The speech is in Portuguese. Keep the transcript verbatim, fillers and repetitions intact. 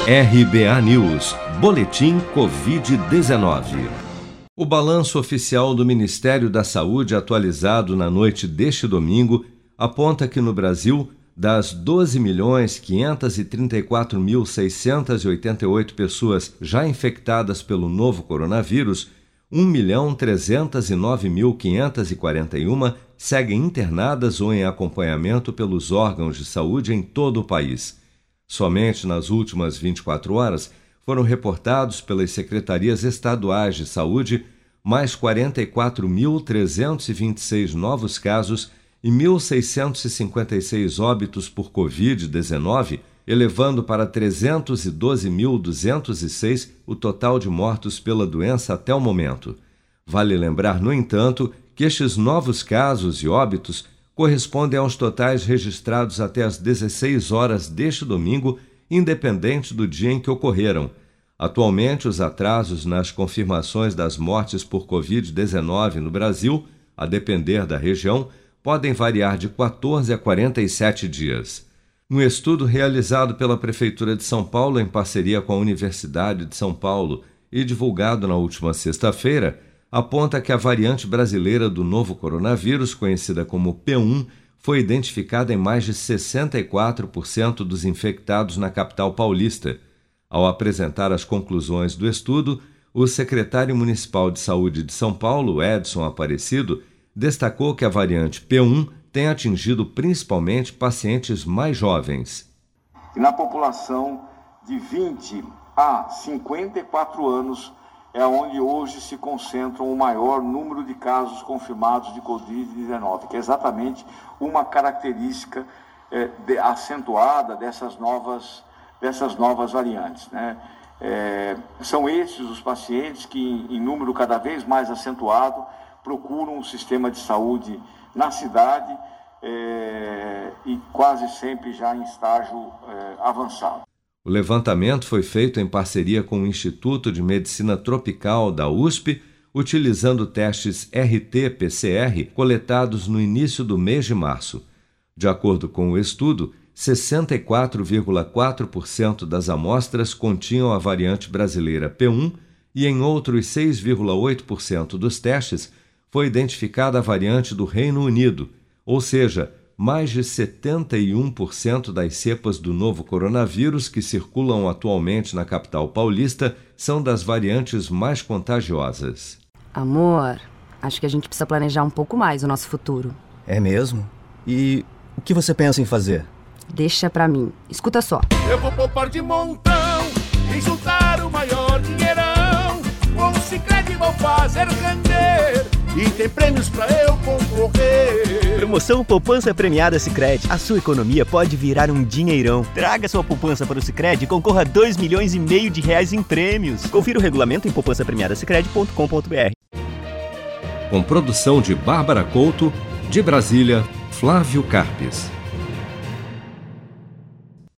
R B A News, Boletim covid dezenove. O balanço oficial do Ministério da Saúde, atualizado na noite deste domingo, aponta que no Brasil, das doze milhões quinhentos e trinta e quatro mil seiscentos e oitenta e oito pessoas já infectadas pelo novo coronavírus, um milhão trezentos e nove mil quinhentos e quarenta e uma seguem internadas ou em acompanhamento pelos órgãos de saúde em todo o país. Somente nas últimas vinte e quatro horas foram reportados pelas secretarias estaduais de saúde mais quarenta e quatro mil trezentos e vinte e seis novos casos e mil seiscentos e cinquenta e seis óbitos por covid dezenove, elevando para trezentos e doze mil duzentos e seis o total de mortos pela doença até o momento. Vale lembrar, no entanto, que estes novos casos e óbitos correspondem aos totais registrados até às dezesseis horas deste domingo, independente do dia em que ocorreram. Atualmente, os atrasos nas confirmações das mortes por covid dezenove no Brasil, a depender da região, podem variar de quatorze a quarenta e sete dias. Um estudo realizado pela Prefeitura de São Paulo em parceria com a Universidade de São Paulo e divulgado na última sexta-feira, aponta que a variante brasileira do novo coronavírus, conhecida como P um, foi identificada em mais de sessenta e quatro por cento dos infectados na capital paulista. Ao apresentar as conclusões do estudo, o secretário municipal de saúde de São Paulo, Edson Aparecido, destacou que a variante P um tem atingido principalmente pacientes mais jovens. Na população de vinte a cinquenta e quatro anos é onde hoje se concentram o maior número de casos confirmados de covid dezenove, que é exatamente uma característica é, de, acentuada dessas novas, dessas novas variantes, né? É, são esses os pacientes que, em número cada vez mais acentuado, procuram um sistema de saúde na cidade é, e quase sempre já em estágio é, avançado. O levantamento foi feito em parceria com o Instituto de Medicina Tropical da U S P, utilizando testes R T P C R coletados no início do mês de março. De acordo com o estudo, sessenta e quatro vírgula quatro por cento das amostras continham a variante brasileira P um e em outros seis vírgula oito por cento dos testes foi identificada a variante do Reino Unido, ou seja, mais de setenta e um por cento das cepas do novo coronavírus que circulam atualmente na capital paulista são das variantes mais contagiosas. Amor, acho que a gente precisa planejar um pouco mais o nosso futuro. É mesmo? E o que você pensa em fazer? Deixa pra mim. Escuta só. Eu vou poupar de montão e juntar o maior dinheirão. Com o Sicredi vou fazer render e tem prêmios pra eu concorrer. Promoção Poupança Premiada Sicredi. A sua economia pode virar um dinheirão. Traga sua poupança para o Sicredi e concorra a dois milhões e meio de reais em prêmios. Confira o regulamento em poupança premiada sicredi ponto com ponto br. Com produção de Bárbara Couto, de Brasília, Flávio Carpes.